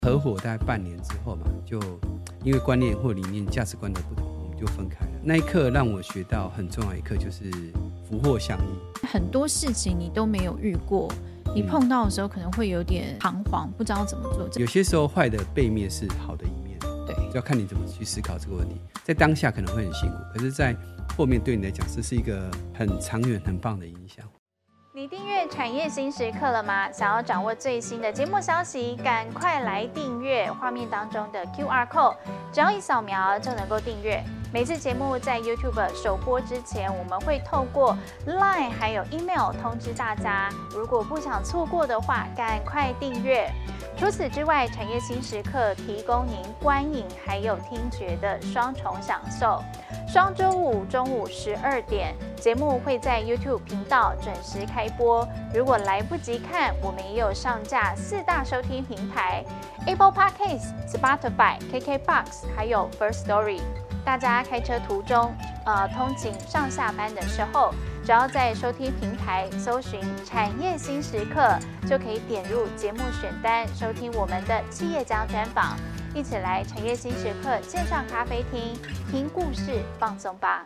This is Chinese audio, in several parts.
合伙大概半年之后嘛，就因为观念或理念、价值观的不同，我们就分开了。那一刻让我学到很重要一课，就是福祸相依。 很多事情你都没有遇过，你碰到的时候可能会有点彷徨，不知道怎么做。 有些时候坏的背面是好的一面， 对， 就要看你怎么去思考这个问题。在当下可能会很辛苦，可是在后面对你来讲，这是一个很长远、很棒的影响。 你订阅产业新时刻了吗？想要掌握最新的节目消息，赶快来订阅画面当中的 QR code， 只要一扫描就能够订阅。每次节目在 YouTube 首播之前，我们会透过 Line 还有 Email 通知大家。如果不想错过的话，赶快订阅。除此之外，产业新时刻提供您观影还有听觉的双重享受。双周五中午12点，节目会在 YouTube 频道准时开播。如果来不及看，我们也有上架4大收听平台 ：Apple Podcasts、Spotify、KKBox， 还有 First Story。大家开车途中、通勤上下班的时候，只要在收听平台搜寻“产业新时刻”，就可以点入节目选单，收听我们的企业家专访。一起来产业新时刻线上咖啡厅，听故事放松吧。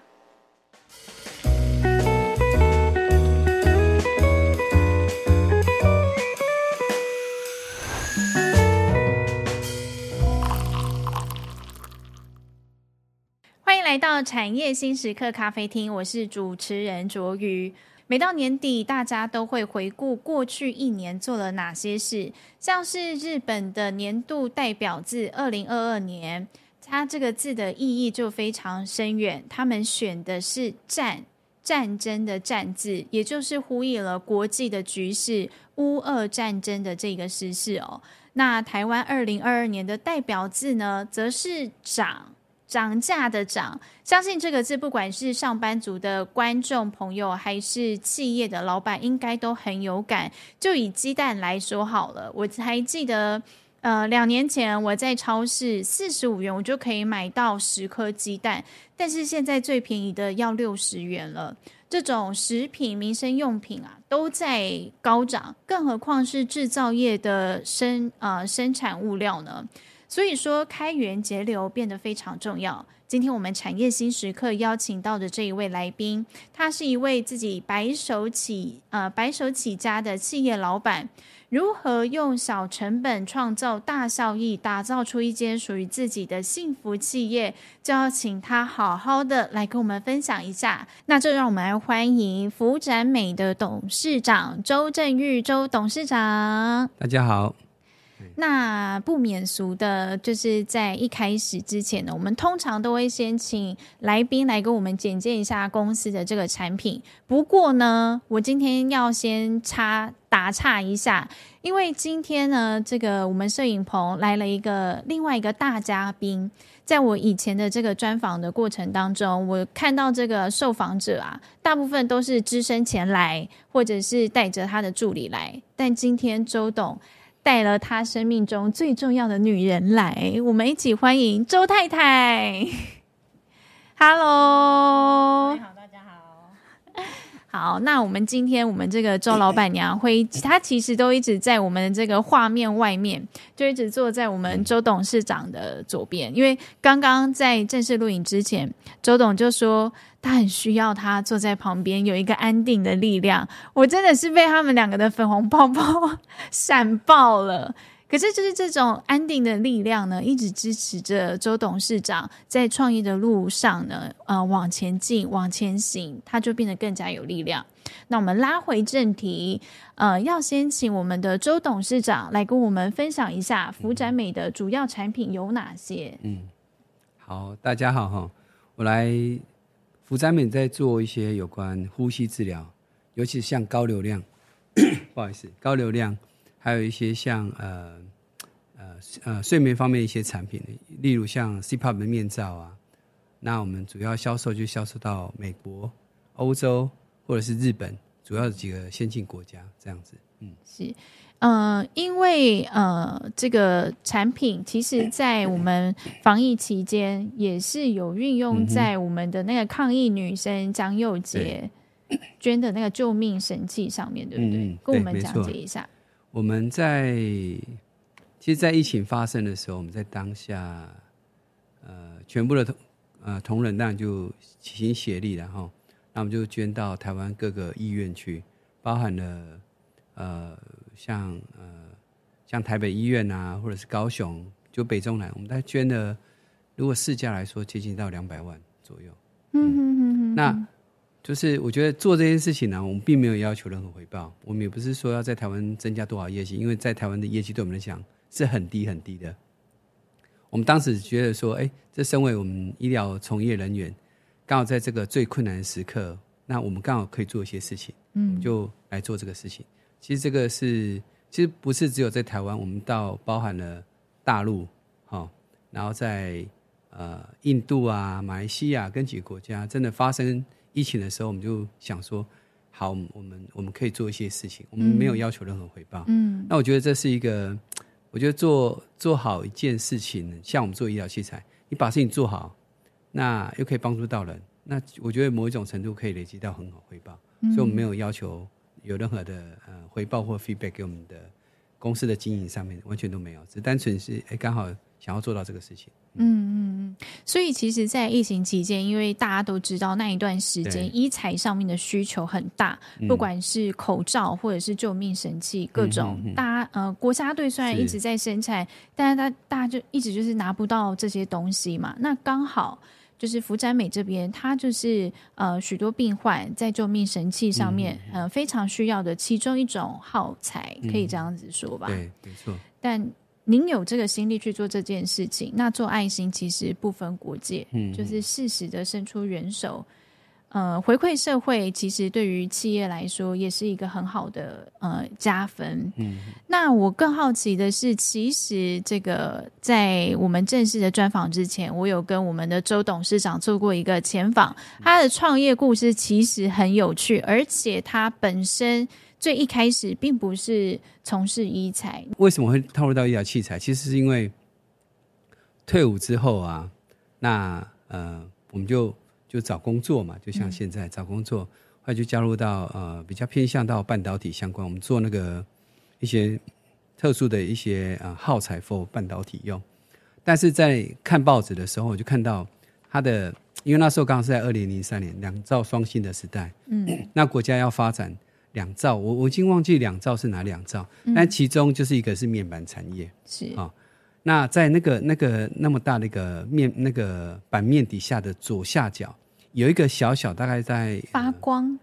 欢迎来到产业新时刻咖啡厅，我是主持人卓瑜。每到年底，大家都会回顾过去一年做了哪些事，像是日本的年度代表字2022年，它这个字的意义就非常深远，他们选的是战争的战字，也就是呼应了国际的局势，乌俄战争的这个时事哦。那台湾2022年的代表字呢，则是涨价的涨，相信这个字不管是上班族的观众朋友还是企业的老板应该都很有感。就以鸡蛋来说好了，我还记得2年前我在超市45元我就可以买到10颗鸡蛋，但是现在最便宜的要60元了。这种食品民生用品啊都在高涨，更何况是制造业的生产物料呢？所以说开源节流变得非常重要。今天我们产业新时刻邀请到的这一位来宾，他是一位自己白手起家的企业老板，如何用小成本创造大效益，打造出一间属于自己的幸福企业，就要请他好好的来跟我们分享一下。那就让我们来欢迎福展美的董事长周正玉周董事长。 大家好。 那不免俗的，就是在一开始之前呢，我们通常都会先请来宾来跟我们简介一下公司的这个产品。不过呢，我今天要先打岔一下，因为今天呢，这个我们摄影棚来了另外一个大嘉宾。在我以前的这个专访的过程当中，我看到这个受访者啊，大部分都是只身前来，或者是带着他的助理来，但今天周董带了他生命中最重要的女人来，我们一起欢迎周太太。Hello， 大家好。 好，那我们今天我们这个周老板娘她其实都一直在我们这个画面外面，就一直坐在我们周董事长的左边。因为刚刚在正式录影之前，周董就说他很需要他坐在旁边有一个安定的力量。我真的是被他们两个的粉红泡泡闪爆了。可是就是这种安定的力量呢，一直支持着周董事长在创业的路上呢，往前进，往前行，他就变得更加有力量。那我们拉回正题，要先请我们的周董事长来跟我们分享一下福展美的主要产品有哪些。 好，大家好哈，我来福展美在做一些有关呼吸治疗，尤其像高流量，不好意思，高流量。还有一些像睡眠方面的一些产品，例如像 CPAP 的面罩啊，那我们主要销售就销售到美国、欧洲或者是日本，主要的几个先进国家这样子。 是，因为这个产品其实在我们防疫期间也是有运用在我们的那个抗疫女生江佑杰捐的那个救命神器上面，对不对？跟我们讲解一下。 我们在其实在疫情发生的时候，我们在当下全部的同仁当然就齐心协力，然后那我们就捐到台湾各个医院去，包含了像台北医院啊，或者是高雄就北中南，我们大概捐了，如果市价来说接近到200万左右。那就是我觉得做这件事情呢，我们并没有要求任何回报，我们也不是说要在台湾增加多少业绩，因为在台湾的业绩对我们来讲是很低很低的。我们当时觉得说，这身为我们医疗从业人员，刚好在这个最困难的时刻，那我们刚好可以做一些事情，我们就来做这个事情。其实这个其实不是只有在台湾，我们包含了大陆，然后在印度啊、马来西亚跟几个国家，真的发生疫情的时候，我们就想说，好，我们可以做一些事情，我们没有要求任何回报。那我觉得这是一个，我觉得做好一件事情，像我们做医疗器材，你把事情做好，那又可以帮助到人，那我觉得某一种程度可以累积到很好回报。所以我们没有要求有任何的回报或 feedback 给我们的公司的经营上面，完全都没有，只单纯是刚好想要做到这个事情。 所以其实在疫情期间，因为大家都知道那一段时间医材上面的需求很大，不管是口罩或者是救命神器各种，大家国家队虽然一直在生产，但是大家就一直就是拿不到这些东西嘛。那刚好就是福展美这边，它就是许多病患在救命神器上面非常需要的其中一种耗材，可以这样子说吧？ 对，没错。 但您有这个心力去做这件事情，那做爱心其实不分国界，就是适时的伸出援手，回馈社会，其实对于企业来说也是一个很好的加分。那我更好奇的是，其实这个在我们正式的专访之前，我有跟我们的周董事长做过一个前访，他的创业故事其实很有趣，而且他本身最一开始并不是从事医材。 为什么会踏入到医疗器材？其实是因为退伍之后啊，那我们就找工作嘛，就像现在找工作，后来就加入到比较偏向到半导体相关，我们做那个一些特殊的一些耗材 for 半导体用。但是在看报纸的时候，我就看到它的，因为那时候刚好是在2003年2兆双星的时代，那国家要发展2兆，我已经忘记2兆是哪2兆，但其中就是一个是面板产业， 是那在那么大的一个那个版面底下的左下角，有一个小小大概在发光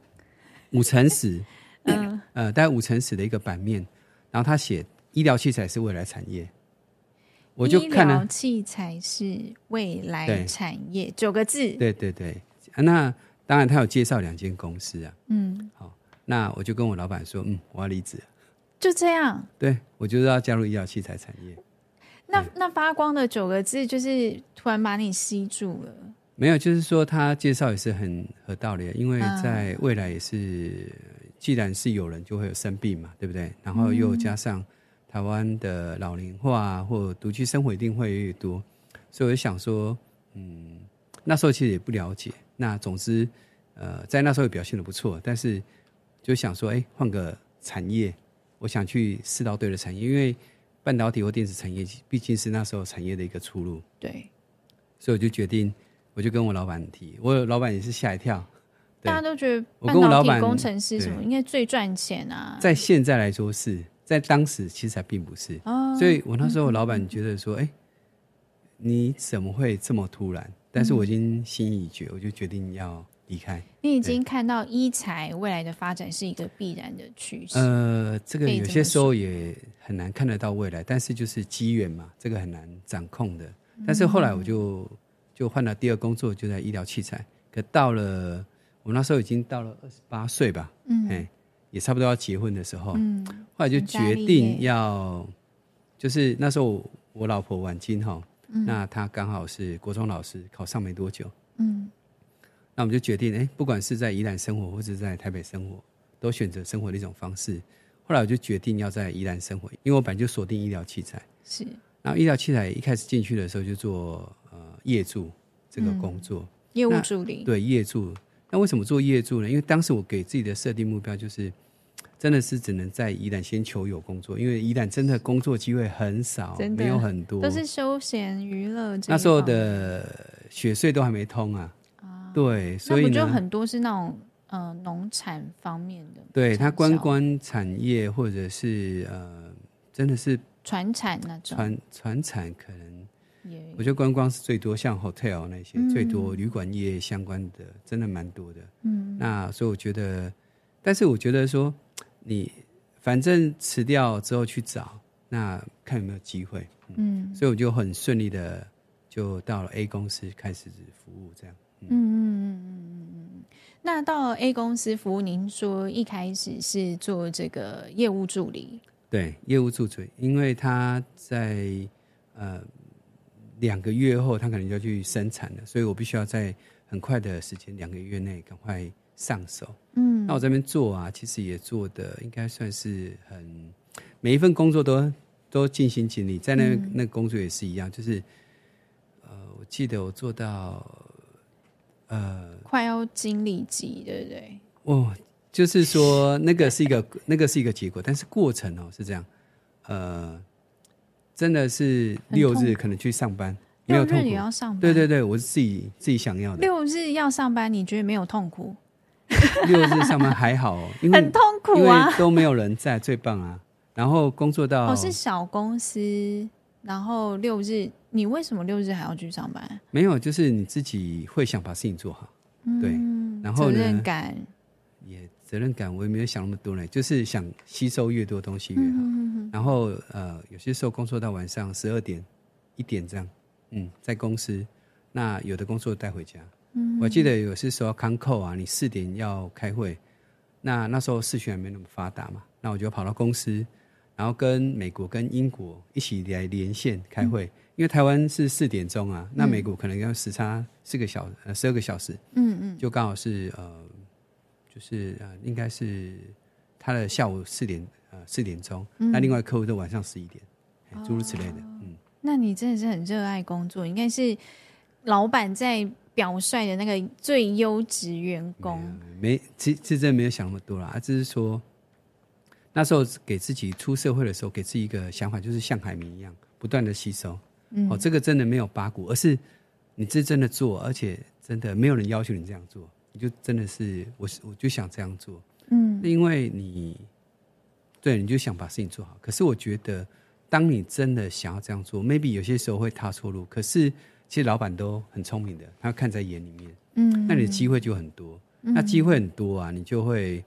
5乘10，大概5乘10的一个版面，然后他写医疗器材是未来产业，我就看了医疗器材是未来产业9个字， 对对对，那当然他有介绍2间公司啊，好，那我就跟我老板说，我要离职了， 就这样，对， 我就是要加入医疗器材产业。 那发光的9个字就是突然把你吸住了？ 没有，就是说他介绍也是很合道理的，因为在未来也是，既然是有人就会有生病嘛，对不对？然后又加上台湾的老龄化或独居生活一定会越来越多，所以我就想说，那时候其实也不了解，那总之在那时候也表现得不错，但是就想说，换个产业，我想去试到对的产业，因为半导体或电子产业毕竟是那时候产业的一个出路， 对， 所以我就决定，我就跟我老板提，我老板也是吓一跳， 大家都觉得半导体工程师什么应该最赚钱啊， 在现在来说是，在当时其实还并不是，所以我那时候老板觉得说，你怎么会这么突然？但是我已经心意已决，我就决定要离开。 你已经看到医材未来的发展是一个必然的趋势。 这个有些时候也很难看得到未来，但是就是机缘嘛，这个很难掌控的。但是后来我就换了第二工作，就在医疗器材。可到了我那时候已经到了28岁吧，也差不多要结婚的时候，后来就决定要，就是那时候我老婆婉金哈。那他刚好是国中老师，考上没多久。那我们就决定，不管是在宜兰生活或者在台北生活，都选择生活的一种方式。后来我就决定要在宜兰生活，因为我本来就锁定医疗器材。 是。 然后医疗器材一开始进去的时候就做业助这个工作， 业务助理。 对，业助。那为什么做业助呢？因为当时我给自己的设定目标就是， 真的是只能在宜兰先求有工作，因为宜兰真的工作机会很少，没有很多， 都是休闲娱乐。 那时候的雪隧都还没通啊，对，所以呢， 那不就很多是那种农产方面的， 对，它观光产业或者是真的是传产那种， 传产可能，我觉得观光是最多，像 hotel 那些、最多旅馆业相关的，真的蛮多的。那所以我觉得，但是我觉得说，你反正辞掉之后去找，那看有没有机会。所以我就很顺利的就到了 A 公司开始服务，这样。 那到了 A 公司服务，您说一开始是做这个业务助理。 对，业务助理，因为他在2个月后，他可能就要去生产了，所以我必须要在很快的时间2个月内赶快上手。那我这边做啊，其实也做的应该算是每一份工作都尽心尽力，在那工作也是一样，就是我记得我做到快要经理级，对不对？ 就是说那个是一个结果，但是过程是这样，真的是6日可能去上班，没有痛苦。6日也要上班？ 对对对，我是自己想要的。 6日要上班，你觉得没有痛苦 ？6日上班还好因为很痛苦啊， 因为都没有人在，最棒啊。然后工作到是小公司，然后6日，你为什么6日还要去上班？ 没有，就是你自己会想把事情做好，对。然后呢，责任感我也没有想那么多呢，就是想吸收越多东西越好。然后有些时候工作到晚上12点1点这样，在公司，那有的工作带回家。我记得有些时候康扣啊，你4点要开会，那时候视讯还没那么发达嘛，那我就跑到公司，然后跟美国跟英国一起来连线开会，因为台湾是4点钟啊，那美国可能要时差12个小时，就刚好是就是应该是他的下午4点钟，那另外客户都晚上11点，诸如此类的。 那你真的是很热爱工作，应该是老板在表率的那个最优质员工。 其实真的没有想那么多啦，只是说那时候给自己出社会的时候，给自己一个想法，就是像海绵一样不断的吸收。这个真的没有八股，而是你是真的做，而且真的没有人要求你这样做，你就真的是我就想这样做。因为你就想把事情做好。可是我觉得，当你真的想要这样做 ，maybe 有些时候会踏错路。可是其实老板都很聪明的，他看在眼里面。那你的机会就很多。那机会很多啊，你就会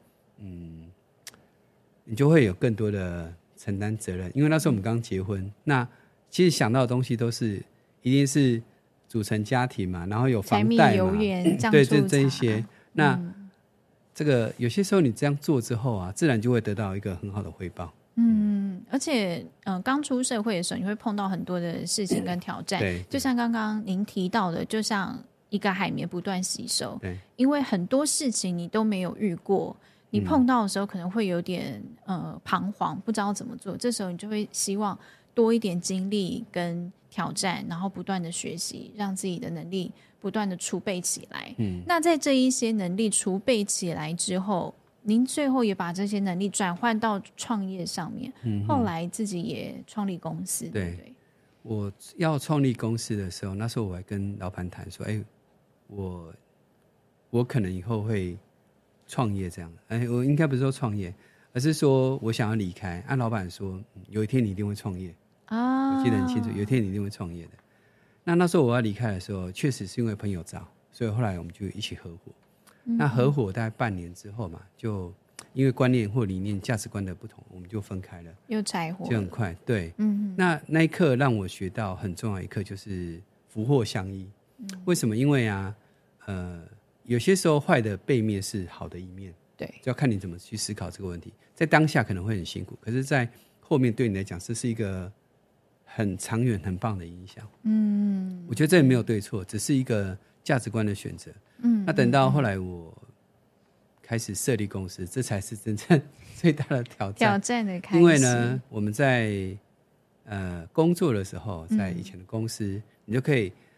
有更多的承担责任。因为那时候我们刚结婚，那其实想到的东西都是一定是组成家庭嘛，然后有房贷嘛， 柴米油盐酱对， 醋茶这一些。那这个有些时候你这样做之后啊，自然就会得到一个很好的回报。 而且刚出社会的时候，你会碰到很多的事情跟挑战。 对， 就像刚刚您提到的，就像一个海绵不断吸收。 对， 因为很多事情你都没有遇过，你碰到的时候可能会有点彷徨，不知道怎么做。这时候你就会希望多一点精力跟挑战，然后不断的学习，让自己的能力不断的储备起来。那在这一些能力储备起来之后，您最后也把这些能力转换到创业上面。后来自己也创立公司，对不对？ 我要创立公司的时候，那时候我还跟老板谈说，我可能以后会创业这样。我应该不是说创业，而是说我想要离开。老板说，有一天你一定会创业啊！我记得很清楚，有一天你一定会创业的。那时候我要离开的时候，确实是因为朋友找，所以后来我们就一起合伙。那合伙大概半年之后嘛，就因为观念或理念、价值观的不同，我们就分开了， 又拆伙， 就很快。对，那一刻让我学到很重要一课，就是福祸相依。为什么？因为有些时候坏的背面是好的一面， 对， 就要看你怎么去思考这个问题。在当下可能会很辛苦，可是在后面对你来讲，这是一个很长远、很棒的影响。我觉得这也没有对错，只是一个价值观的选择。那等到后来我开始设立公司，这才是真正最大的挑战的开始。 因为呢，我们在工作的时候，在以前的公司，你就可以，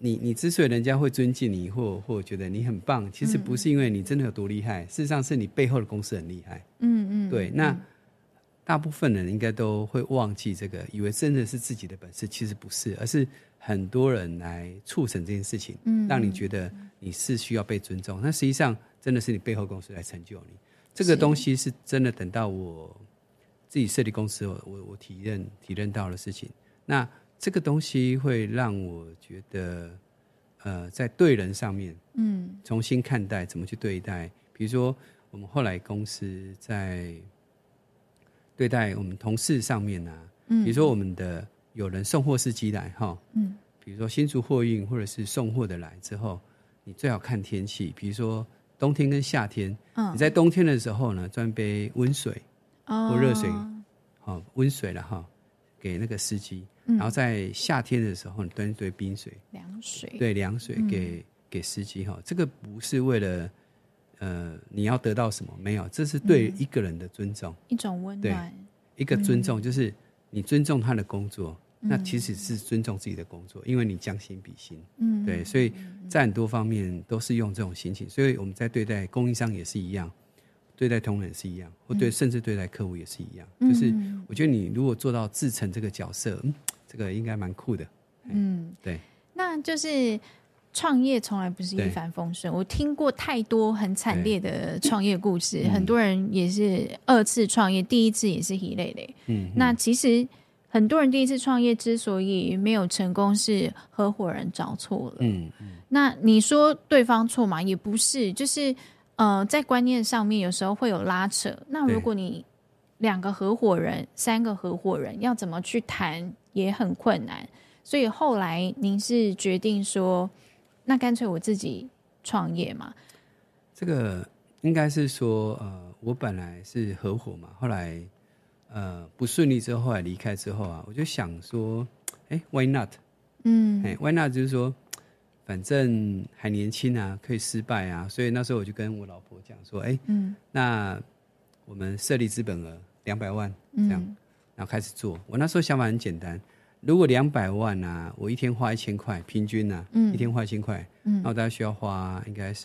你之所以人家会尊敬你或觉得你很棒，其实不是因为你真的有多厉害，事实上是你背后的公司很厉害。对，那大部分人应该都会忘记这个，以为真的是自己的本事，其实不是，而是很多人来促成这件事情，让你觉得你是需要被尊重。那实际上真的是你背后公司来成就你。这个东西是真的等到我自己设立公司后，我体认到的事情。那这个东西会让我觉得，在对人上面，重新看待怎么去对待。比如说，我们后来公司在对待我们同事上面啊，比如说我们的有人送货司机来哈，比如说新竹货运或者是送货的来之后，你最好看天气，比如说冬天跟夏天，你在冬天的时候呢，端杯温水或热水，温水了哈，给那个司机。然后在夏天的时候，你端一堆冰水、 凉水， 对，凉水给司机哈。这个不是为了你要得到什么，没有，这是对一个人的尊重， 一种温暖， 一个尊重，就是你尊重他的工作，那其实是尊重自己的工作，因为你将心比心，对，所以在很多方面都是用这种心情。所以我们在对待供应商也是一样。对待同仁也是一样，或甚至对待客户也是一样。就是我觉得你如果做到自成这个角色，这个应该蛮酷的。对。 那就是创业从来不是一帆风顺，我听过太多很惨烈的创业故事，很多人也是2次创业，第1次也是一类类。那其实很多人第1次创业之所以没有成功，是合伙人找错了。那你说对方错吗？也不是，就是在观念上面有时候会有拉扯。那如果你2个合伙人、3个合伙人要怎么去谈也很困难，所以后来您是决定说，那干脆我自己创业嘛？ 这个应该是说，我本来是合伙嘛，后来不顺利之后，后来离开之后啊，我就想说，why not？ why not 就是说，反正还年轻啊，可以失败啊，所以那时候我就跟我老婆讲说，那我们设立资本额200万这样，然后开始做。我那时候想法很简单，如果200万啊，我一天花1000块，平均啊，一天花1000块，那我大概需要花应该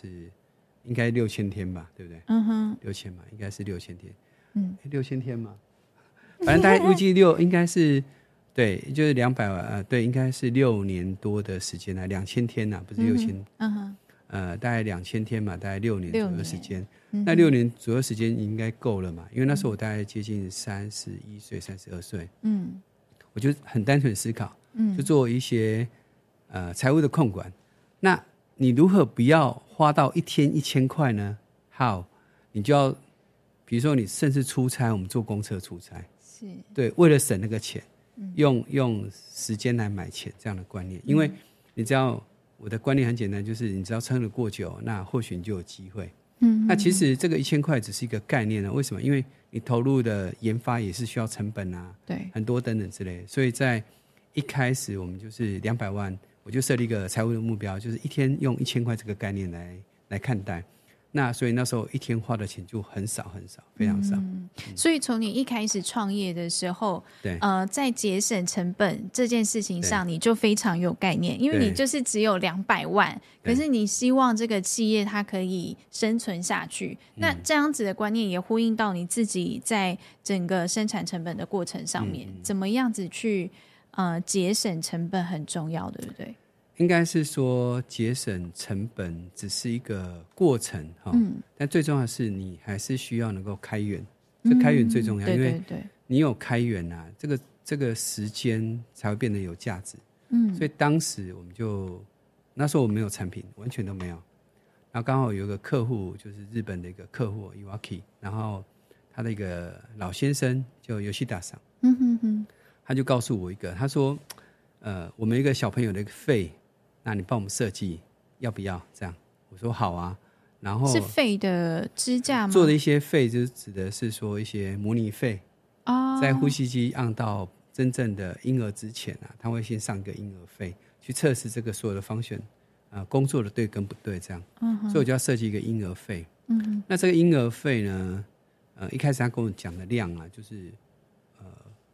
6000天吧，对不对？6000嘛，应该是6000天，6000天嘛，反正大概预计应该是。对，就是200万，对，应该是6年多的时间啊，2000天啊，不是6000，大概2000天嘛，大概6年左右时间。那6年左右时间应该够了嘛？因为那时候我大概接近31岁、32岁，我就很单纯思考，就做一些财务的控管。那你如何不要花到一天1000块呢？好，你就要，比如说你甚至出差，我们坐公车出差， 是对，为了省那个钱。用时间来买钱这样的观念，因为你知道我的观念很简单，就是你只要撑得过久，那或许你就有机会。那其实这个1000块只是一个概念啊，为什么？因为你投入的研发也是需要成本啊， 对， 很多等等之类的。所以在一开始我们就是200万，我就设立一个财务的目标，就是一天用1000块这个概念来看待。那所以那时候一天花的钱就很少很少，非常少。 所以从你一开始创业的时候， 对， 在节省成本这件事情上，你就非常有概念，因为你就是只有200万，可是你希望这个企业它可以生存下去。那这样子的观念也呼应到你自己在整个生产成本的过程上面，怎么样子去节省成本很重要，对不对？ 应该是说节省成本只是一个过程但最重要的是你还是需要能够开源，这开源最重要，因为你有开源啊，这个时间才会变得有价值。所以当时我们那时候我没有产品，完全都没有，然后刚好有一个客户，就是日本的一个客户 Iwaki， 然后他的一个老先生就Yoshida桑，他就告诉我他说我们一个小朋友的一个肺，那你帮我们设计要不要？这样我说好啊。然后是肺的支架吗？ 做的一些肺，就指的是说一些模拟肺在呼吸机按到真正的婴儿之前啊，他会先上一个婴儿肺去测试这个所有的function工作的对跟不对这样。所以我就要设计一个婴儿肺。那这个婴儿肺呢，一开始他跟我讲的量啊，就是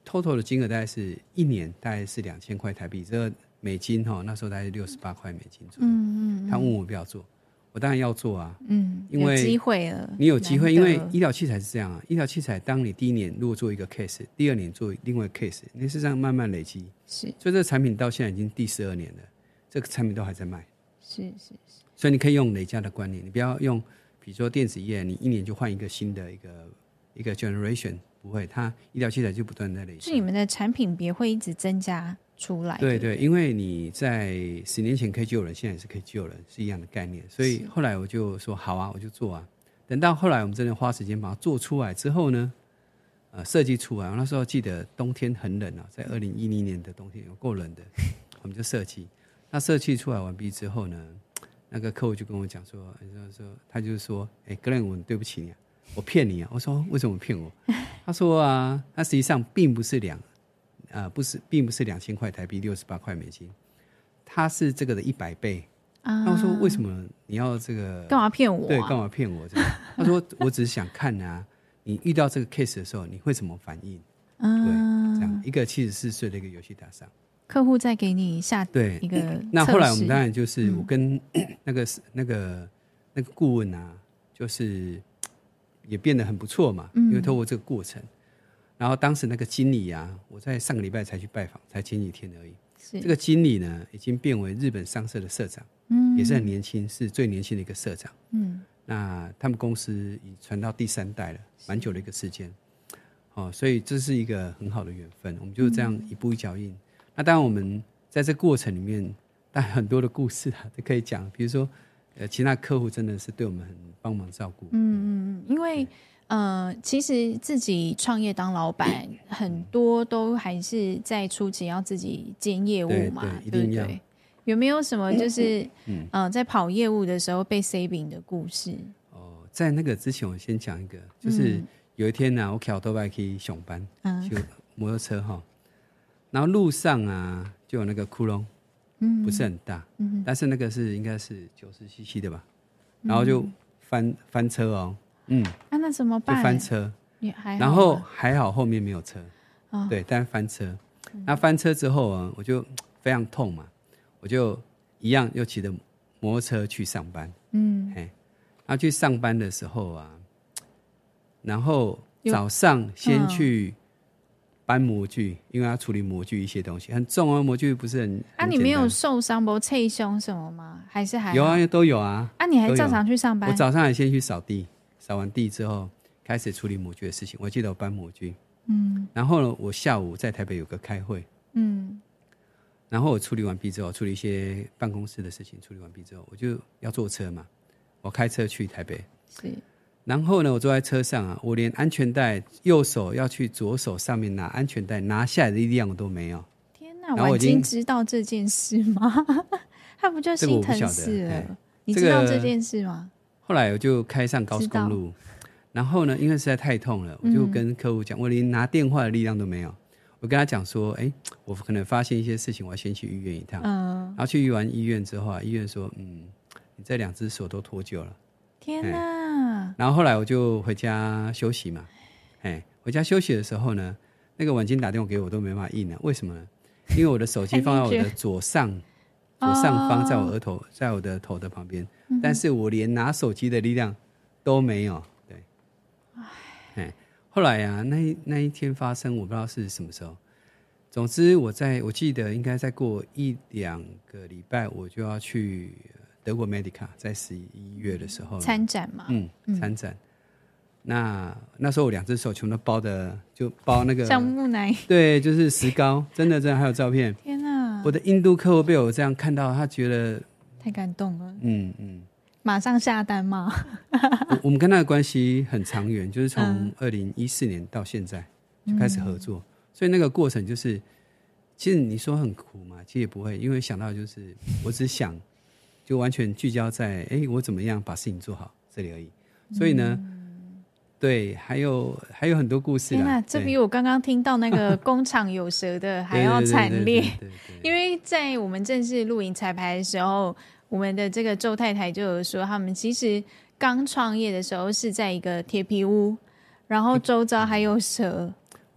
total 的金额大概是一年大概是2000块台币，这个美金那时候大概是68块美金左右。他问我不要做，我当然要做啊。因为有机会了， 你有机会，因为医疗器材是这样啊。医疗器材，当你第一年如果做一个 case， 第二年做另外一个 case， 你是这样慢慢累积。 是， 所以这个产品到现在已经第12年了，这个产品都还在卖。 是。 所以你可以用累加的观念，你不要用，比如说电子业，你一年就换一个新的一个 generation， 不会，它医疗器材就不断在累积。 是你们的产品别会一直增加出来。 对，因为你在10年前可以救人，现在也是可以救人，是一样的概念。所以后来我就说好啊，我就做啊。等到后来我们真的花时间把它做出来之后呢，设计出来。我那时候记得冬天很冷啊，在2010年的冬天有够冷的，我们就设计。那设计出来完毕之后呢，那个客户就跟我讲说，他就说，Glenn， 我对不起你啊，我骗你啊。我说为什么骗我？他说啊，他实际上并不是并不是2000块台币68块美金，它是这个的100倍。那我说为什么你要这个干嘛骗我？ 对，干嘛骗我？他说我只是想看啊，你遇到这个 case 的时候你会怎么反应？对，这样一个74岁的一个游戏打伤。 客户再给你下一个测试。 那后来我们当然就是我跟那个顾问啊，就是也变得很不错嘛，因为透过这个过程。然后当时那个经理啊，我在上个礼拜才去拜访，才前几天而已。这个经理呢，已经变为日本商社的社长，也是很年轻，是最年轻的一个社长。那他们公司已传到第3代了，蛮久的一个时间。所以这是一个很好的缘分，我们就这样一步一脚印。那当然我们在这过程里面，当然很多的故事啊都可以讲，比如说其他客户真的是对我们很帮忙照顾。 因为其实自己创业当老板，很多都还是在初期要自己兼业务嘛， 对，一定要。 有没有什么就是在跑业务的时候被 塞饼的故事？ 在那个之前我先讲一个，就是有一天呢，我骑多拜去上班，就摩托车哈，然后路上啊就有那个窟窿，不是很大，但是那个应该是90cc 的吧，然后就翻车哦。 那怎么办？ 就翻车，然后还好后面没有车，对，但翻车。那翻车之后啊，我就非常痛嘛，我就一样又骑着摩托车去上班。然后去上班的时候啊，然后早上先去搬模具，因为要处理模具一些东西很重哦，模具不是很你没有受伤不脆胸什么吗？还是还好？ 有啊，都有啊。 你还照常去上班？ 我早上还先去扫地，扫完地之后开始处理模具的事情。我记得我搬模具，然后呢，我下午在台北有个开会，然后我处理完毕之后，处理一些办公室的事情，处理完毕之后，我就要坐车嘛，我开车去台北。 是。 然后呢，我坐在车上啊，我连安全带右手要去左手上面拿安全带拿下来的力量我都没有。 天哪，我已经知道这件事吗？他不就心疼死了？你知道这件事吗？ 后来我就开上高速公路，然后呢，因为实在太痛了，我就跟客户讲，我连拿电话的力量都没有。我跟他讲说，我可能发现一些事情，我要先去医院一趟。然后去完医院之后啊，医院说，你这2只手都脱臼了。 天哪！ 然后后来我就回家休息嘛，回家休息的时候呢，那个婉晶打电话给我都没办法应了，为什么呢？因为我的手机放在我的左上方，在我额头，在我的头的旁边，但是我连拿手机的力量都没有。对，后来啊，那一天发生，我不知道是什么时候。总之，我记得应该再过1-2个礼拜，我就要去德国 Medica， 在11月的时候参展嘛， 参展。那时候我2只手全都包的，就包那个像木乃伊， 对，就是石膏，真的还有照片。 天哪！ 我的印度客户被我这样看到，他觉得太感动了，马上下单吗？ 我们跟他的关系很长远，就是从2014年到现在就开始合作，所以那个过程就是，其实你说很苦嘛，其实也不会，因为想到就是我只想就完全聚焦在我怎么样把事情做好这里而已。所以呢，对，还有很多故事啦。 天哪，这比我刚刚听到那个工厂有蛇的还要惨烈。因为在我们正式录影彩排的时候，我们的这个周太太就有说，他们其实刚创业的时候是在一个铁皮屋，然后周遭还有蛇。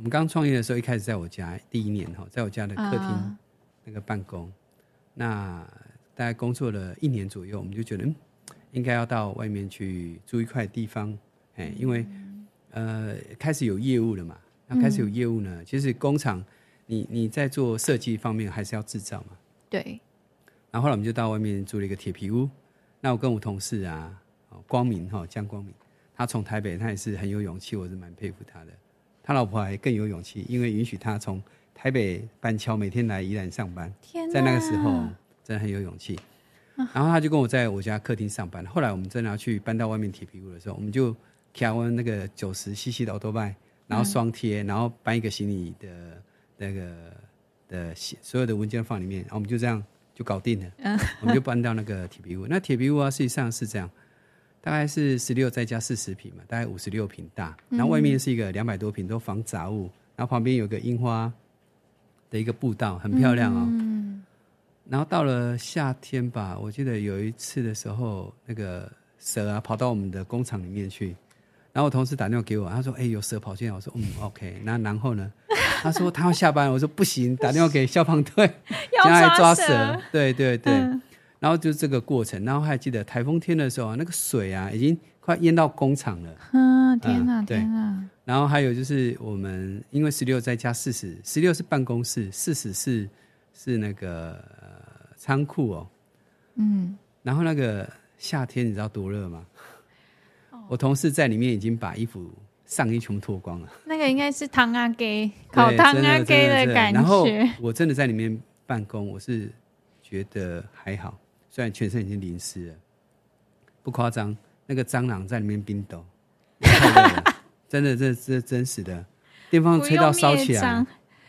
们刚创业的时候，一开始在我家第一年在我家的客厅那个办公，那大概工作了1年左右，我们就觉得应该要到外面去租一块地方，因为开始有业务了嘛。那开始有业务呢，其实工厂你在做设计方面还是要制造嘛。 对。 然后后来我们就到外面租了一个铁皮屋。那我跟我同事啊，光明江光明，他从台北，他也是很有勇气，我是蛮佩服他的。他老婆还更有勇气，因为允许他从台北板桥每天来宜兰上班。 天哪， 在那个时候真的很有勇气。然后他就跟我在我家客厅上班。后来我们真的要去搬到外面铁皮屋的时候，我们就开完那个90cc 的 Autobike， 然后双贴，然后搬一个行李的那个的所有的文件放里面，然后我们就这样就搞定了。我们就搬到那个铁皮屋。那铁皮屋啊，实际上是这样，大概是16再加40坪嘛，大概56坪大。然后外面是一个200多坪，都防杂物。然后旁边有个樱花的一个步道，很漂亮哦。然后到了夏天吧，我记得有一次的时候，那个蛇啊跑到我们的工厂里面去。然后我同事打电话给我，他说：“有蛇跑进来。”我说：“OK。”那然后呢？他说他要下班了。我说：“不行，打电话给消防队， 要来抓蛇。” 对。然后就这个过程。然后还记得台风天的时候，那个水啊已经快淹到工厂了。 天哪，天哪！ 然后还有就是我们因为16再加40，16是办公室，40是那个仓库哦。然后那个夏天你知道多热吗？我同事在里面已经把上衣全部脱光了。那个应该是汤阿给烤汤阿给的感觉。 然后我真的在里面办公，我是觉得还好，虽然全身已经淋湿了，不夸张。那个蟑螂在里面冰斗，太热了，真的，这真实的。电风扇吹到烧起来，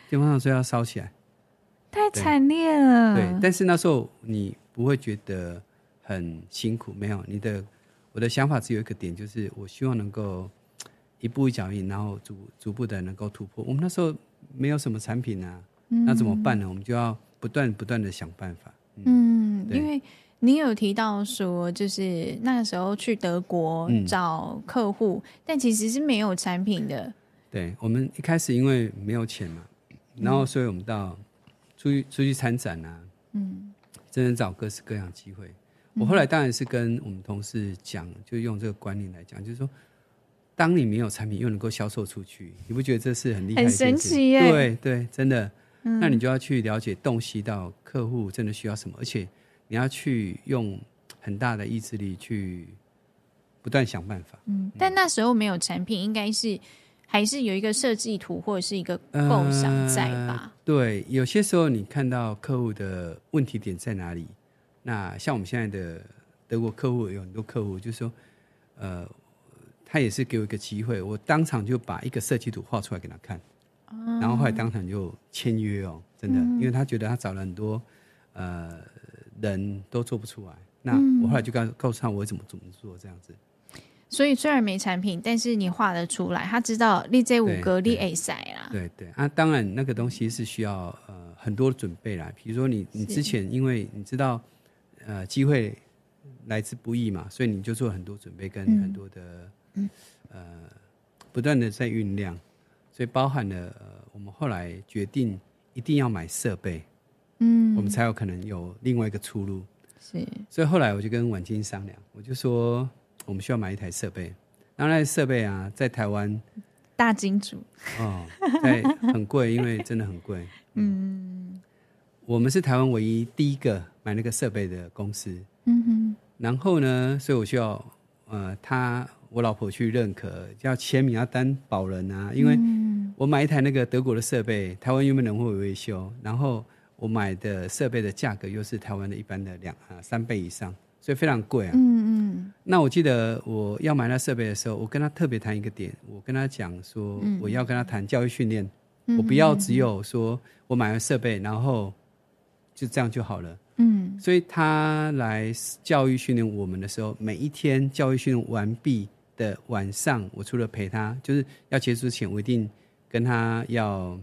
太惨烈了。 对，但是那时候你不会觉得很辛苦，没有。我的想法只有一个点，就是我希望能够一步一脚印，然后逐步的能够突破。我们那时候没有什么产品啊，那怎么办呢？我们就要不断的想办法。 因为你有提到说，就是那个时候去德国找客户，但其实是没有产品的。 对，我们一开始因为没有钱嘛，然后所以我们出去参展啊，真的找各式各样的机会。我后来当然是跟我们同事讲，就用这个观念来讲，就是说，当你没有产品又能够销售出去，你不觉得这是很厉害的一件事？ 很神奇耶！ 对，真的。那你就要去了解、洞悉到客户真的需要什么，而且你要去用很大的意志力去不断想办法。 但那时候没有产品，应该是还是有一个设计图或者是一个构想在吧？ 对，有些时候你看到客户的问题点在哪里。那像我们现在的德国客户有很多客户，就是说，他也是给我一个机会，我当场就把一个设计图画出来给他看，然后后来当场就签约哦，真的，因为他觉得他找了很多人都做不出来，那我后来就告诉他我怎么做这样子。 所以虽然没产品，但是你画得出来，他知道你这5个你会使啦。 对啊，当然那个东西是需要很多准备啦，比如说你之前因为你知道。机会来之不易嘛，所以你就做很多准备跟很多的不断的在酝酿，所以包含了我们后来决定一定要买设备，我们才有可能有另外一个出路。 是，所以后来我就跟婉金商量，我就说我们需要买一台设备，然后那台设备啊在台湾大金主很贵，因为真的很贵。我们是台湾唯一第一个买那个设备的公司。然后呢，所以我需要我老婆去认可，要签名，要担保人啊。因为我买一台那个德国的设备，台湾原本人会维修，然后我买的设备的价格又是台湾的一般的3倍以上，所以非常贵啊。那我记得我要买那设备的时候，我跟他特别谈一个点，我跟他讲说，我要跟他谈教育训练，我不要只有说我买了设备，然后就这样就好了。所以他来教育训练我们的时候，每一天教育训练完毕的晚上，我除了陪他，就是要结束之前，我一定跟他要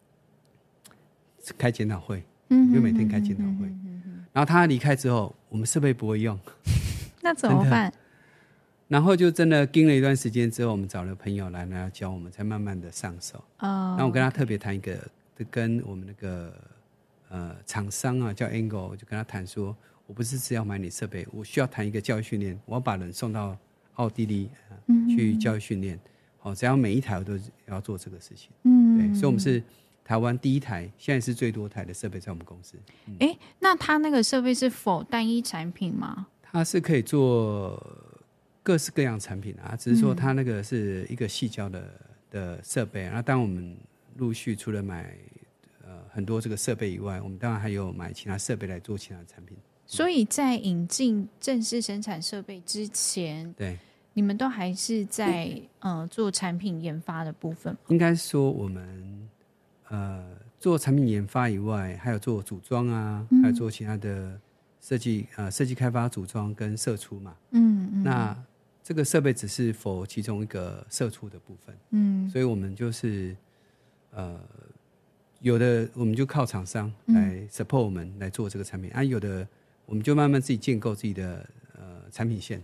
开检讨会，就每天开检讨会。然后他离开之后，我们设备不会用， 那怎么办？ 然后就真的盯了一段时间之后，我们找了朋友来教我们，才慢慢的上手。然后我跟他特别谈一个，跟我们那个厂商啊叫 Angle， 我就跟他谈说，我不是只要买你设备，我需要谈一个教育训练，我要把人送到奥地利去教育训练。只要每一台我都要做这个事情。对，所以我们是台湾第一台，现在是最多台的设备在我们公司。 那它那个设备是否单一产品吗？ 它是可以做各式各样产品啊，只是说它那个是一个矽胶的设备。那当我们陆续除了买很多这个设备以外，我们当然还有买其他设备来做其他的产品。 所以在引进正式生产设备之前， 对， 你们都还是在做产品研发的部分吗？ 应该说我们做产品研发以外，还有做组装啊，还有做其他的设计开发、组装跟射出嘛。那这个设备只是否其中一个射出的部分。所以我们就是有的我们就靠厂商来 support 我们来做这个产品，有的我们就慢慢自己建构自己的产品线。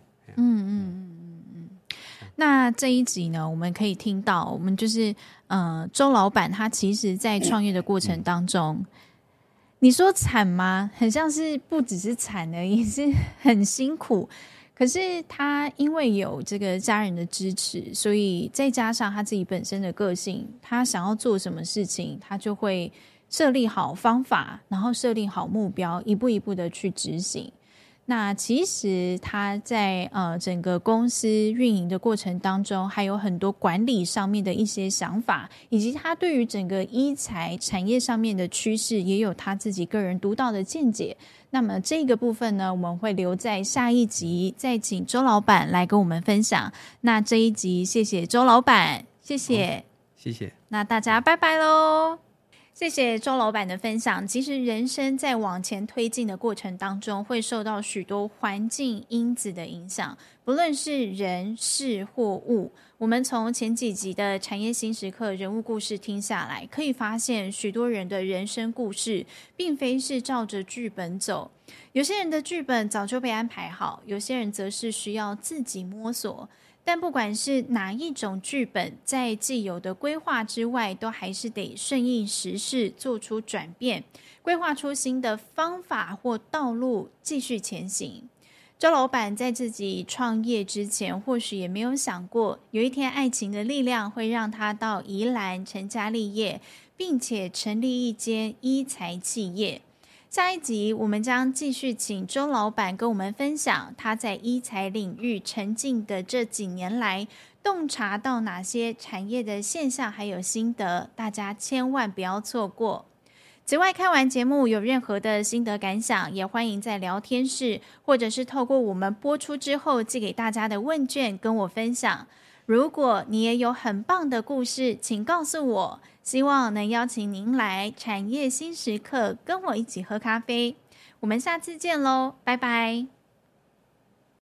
那这一集呢，我们可以听到，我们就是周老板他其实在创业的过程当中，你说惨吗？很像是不只是惨而已，是很辛苦。可是他因为有这个家人的支持，所以再加上他自己本身的个性，他想要做什么事情，他就会设立好方法，然后设立好目标，一步一步的去执行。那其实他在整个公司运营的过程当中，还有很多管理上面的一些想法，以及他对于整个医材产业上面的趋势，也有他自己个人独到的见解。那么这个部分呢，我们会留在下一集再请周老板来跟我们分享。那这一集谢谢周老板，谢谢， 谢谢。 那大家拜拜咯。谢谢周老板的分享。其实人生在往前推进的过程当中，会受到许多环境因子的影响，不论是人事或物。我们从前几集的产业新时刻人物故事听下来，可以发现许多人的人生故事并非是照着剧本走，有些人的剧本早就被安排好，有些人则是需要自己摸索。但不管是哪一种剧本，在既有的规划之外，都还是得顺应时势，做出转变，规划出新的方法或道路，继续前行。周老板在自己创业之前，或许也没有想过，有一天爱情的力量会让他到宜兰成家立业，并且成立一间医材企业。下一集我们将继续请周老板跟我们分享他在医材领域沉浸的这几年来，洞察到哪些产业的现象还有心得，大家千万不要错过。此外，看完节目有任何的心得感想，也欢迎在聊天室或者是透过我们播出之后寄给大家的问卷跟我分享。如果你也有很棒的故事，请告诉我，希望能邀请您来产业新时刻跟我一起喝咖啡。我们下次见咯，拜拜。